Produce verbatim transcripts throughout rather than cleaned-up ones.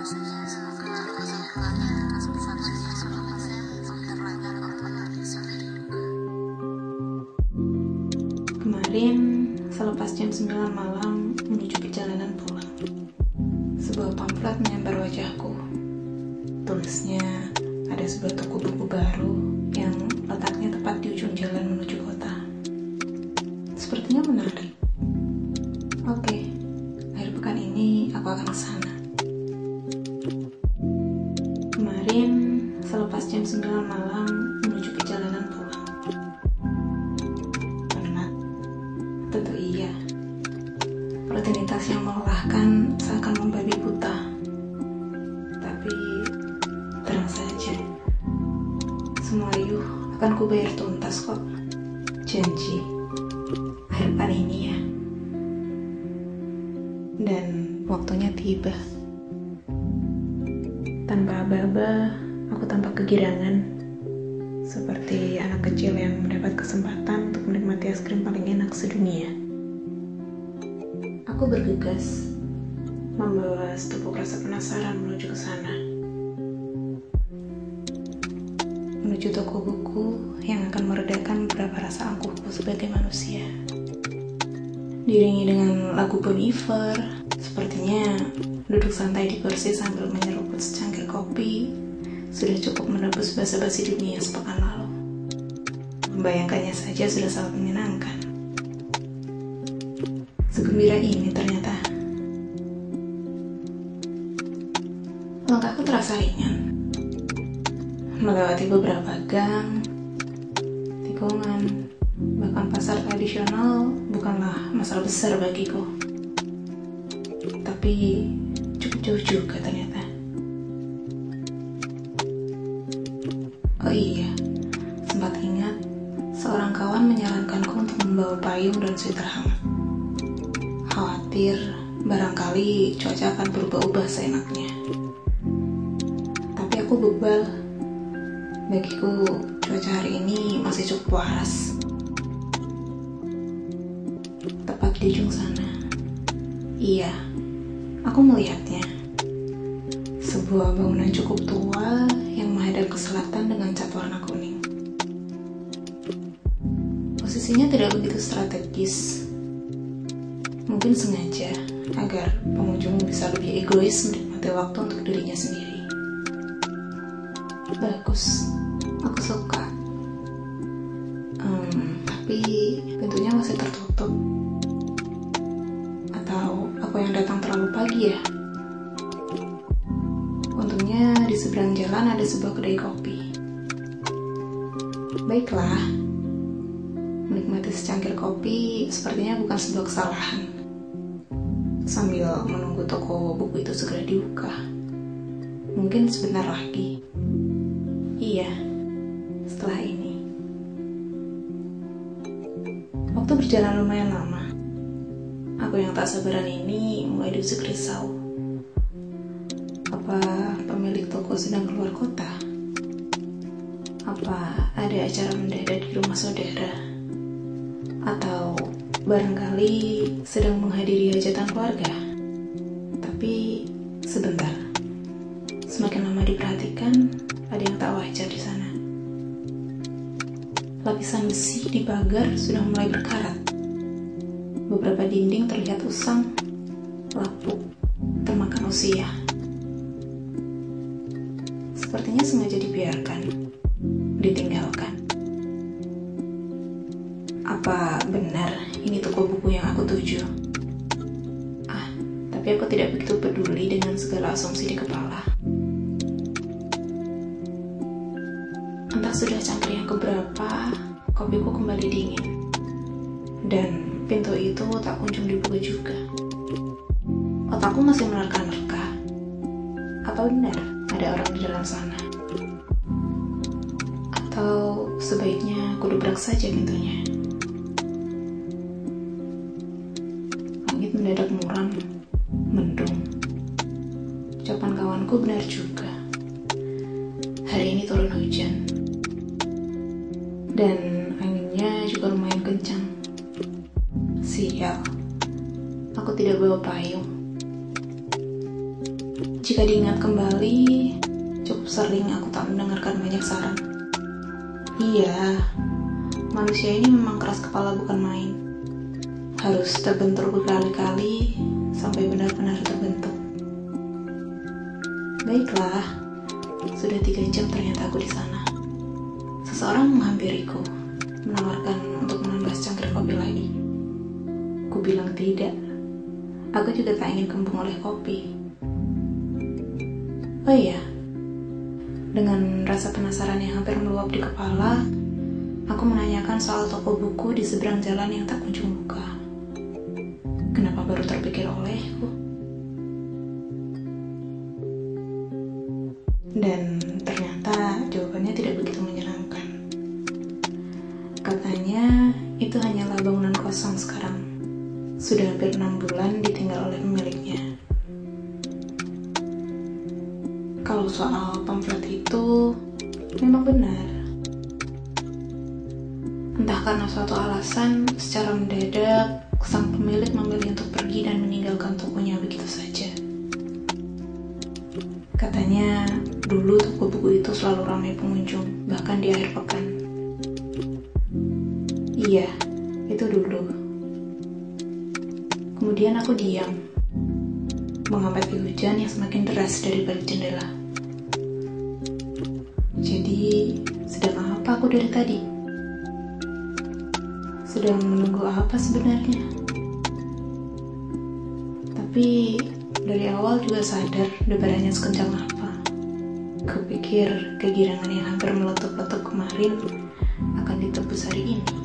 Kemarin, selepas jam sembilan malam menuju perjalanan pulang, sebuah pamflet menyambar wajahku. Tulisnya ada sebuah toko buku baru yang letaknya tepat di ujung jalan menuju kota. Sepertinya menarik. Oke, akhir pekan ini aku akan ke sana. Kemarin, selepas jam sembilan malam menuju perjalanan pulang. Pernah? Tentu iya. Rutinitas yang melelahkan seakan membabi buta. Tapi, tenang saja. Semua riuh akan kubayar tuntas kok. Janji. Akhir pekan ini ya. Dan waktunya tiba. Tanpa aba-aba, aku tampak kegirangan. Seperti anak kecil yang mendapat kesempatan untuk menikmati es krim paling enak sedunia. Aku bergegas, membawa setupuk rasa penasaran menuju ke sana. Menuju toko buku yang akan meredakan beberapa rasa angkuhku sebagai manusia. Diiringi dengan lagu Bon Iver, sepertinya duduk santai di kursi sambil menyeruput secangkir kopi sudah cukup menebus basa-basi dunia sepekan lalu. Membayangkannya saja sudah sangat menyenangkan. Segembira ini ternyata. Langkahku terasa ringan. Melewati beberapa gang, tikungan, bahkan pasar tradisional bukanlah masalah besar bagiku. Tapi cukup jauh juga ternyata. Oh iya, sempat ingat seorang kawan menyarankanku untuk membawa payung dan sweater hangat. Khawatir barangkali cuaca akan berubah-ubah seenaknya. Tapi aku bebal. Bagiku cuaca hari ini masih cukup waras. Tepat di ujung sana. Iya, aku melihatnya. Sebuah bangunan cukup tua yang menghadap ke selatan dengan cat warna kuning. Posisinya tidak begitu strategis. Mungkin sengaja agar pengunjung bisa lebih egois menikmati waktu untuk dirinya sendiri. Bagus, aku suka. Um, tapi pintunya masih tertutup. Atau aku yang datang terlalu pagi ya? Untungnya di seberang jalan ada sebuah kedai kopi. Baiklah, menikmati secangkir kopi sepertinya bukan sebuah kesalahan. Sambil menunggu toko buku itu segera dibuka. Mungkin sebentar lagi. Iya, setelah ini. Waktu berjalan lumayan lama. Aku yang tak sabaran ini mulai diusik risau. Apa pemilik toko sedang keluar kota? Apa ada acara mendadak di rumah saudara? Atau barangkali sedang menghadiri hajatan keluarga? Tapi sebentar. Semakin lama diperhatikan, ada yang tak wajar di sana. Lapisan besi di pagar sudah mulai berkarat. Beberapa dinding terlihat usang, lapuk, termakan usia. Sepertinya sengaja dibiarkan, ditinggalkan. Apa benar ini toko buku yang aku tuju? Ah, tapi aku tidak begitu peduli dengan segala asumsi di kepala. Entah sudah cangkir yang keberapa, kopiku kembali dingin. Dan pintu itu tak kunjung dibuka juga. Otakku masih menerka-nerka. Apa benar ada orang di dalam sana? Atau sebaiknya aku dobrak saja pintunya? Langit mendadak muram, mendung. Ucapan kawanku benar juga. Hari ini turun hujan. Dan anginnya juga lumayan kencang. Sial, aku tidak bawa payung. Jika Jika diingat kembali, cukup sering aku tak mendengarkan banyak saran. Iya, manusia ini memang keras kepala bukan main. Harus terbentur berkali-kali sampai benar-benar terbentuk. Baiklah, sudah tiga jam ternyata aku di sana. Seseorang menghampiriku, menawarkan untuk menambah secangkir kopi lagi. Ku bilang tidak. Aku juga tak ingin kembung oleh kopi. Oh iya, dengan rasa penasaran yang hampir meluap di kepala, aku menanyakan soal toko buku di seberang jalan yang tak kunjung buka. Kenapa baru terpikir olehku? Dan ternyata jawabannya tidak begitu menyenangkan. Katanya itu hanyalah bangunan kosong sekarang. Sudah hampir enam bulan ditinggal oleh pemiliknya. Kalau soal pamflet itu memang benar. Entah karena suatu alasan, secara mendadak sang pemilik memilih untuk pergi dan meninggalkan tokonya begitu saja. Katanya dulu toko buku itu selalu ramai pengunjung, bahkan di akhir pekan. Iya, itu dulu. Kemudian aku diam, mengamati hujan yang semakin deras dari balik jendela. Jadi, sedang apa aku dari tadi? Sedang menunggu apa sebenarnya? Tapi, dari awal juga sadar debarannya sekencang apa. Kupikir kegirangan yang hampir meletup-letup kemarin akan ditebus hari ini.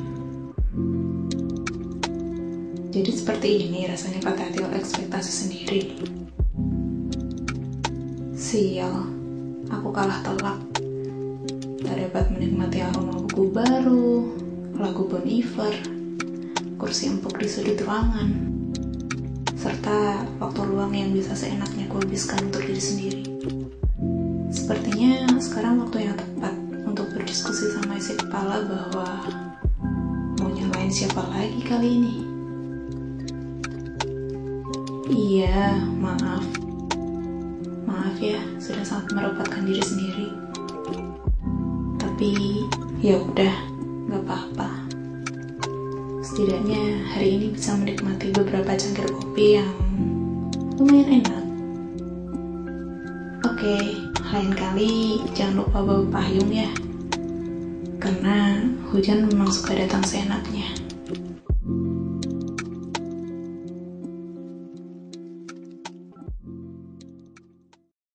Jadi seperti ini rasanya patah hati oleh ekspektasi sendiri. Sial, aku kalah telak. Tak dapat menikmati aroma buku baru, lagu Bon Iver, kursi empuk di sudut ruangan, serta waktu luang yang bisa seenaknya kuhabiskan untuk diri sendiri. Sepertinya sekarang waktu yang tepat untuk berdiskusi sama isi kepala bahwa mau nyalain siapa lagi kali ini. Iya, maaf. Maaf ya, sudah sangat merepotkan diri sendiri. Tapi, ya udah, gak apa-apa. Setidaknya hari ini bisa menikmati beberapa cangkir kopi yang lumayan enak. Oke, lain kali jangan lupa bawa payung ya. Karena hujan memang suka datang seenaknya.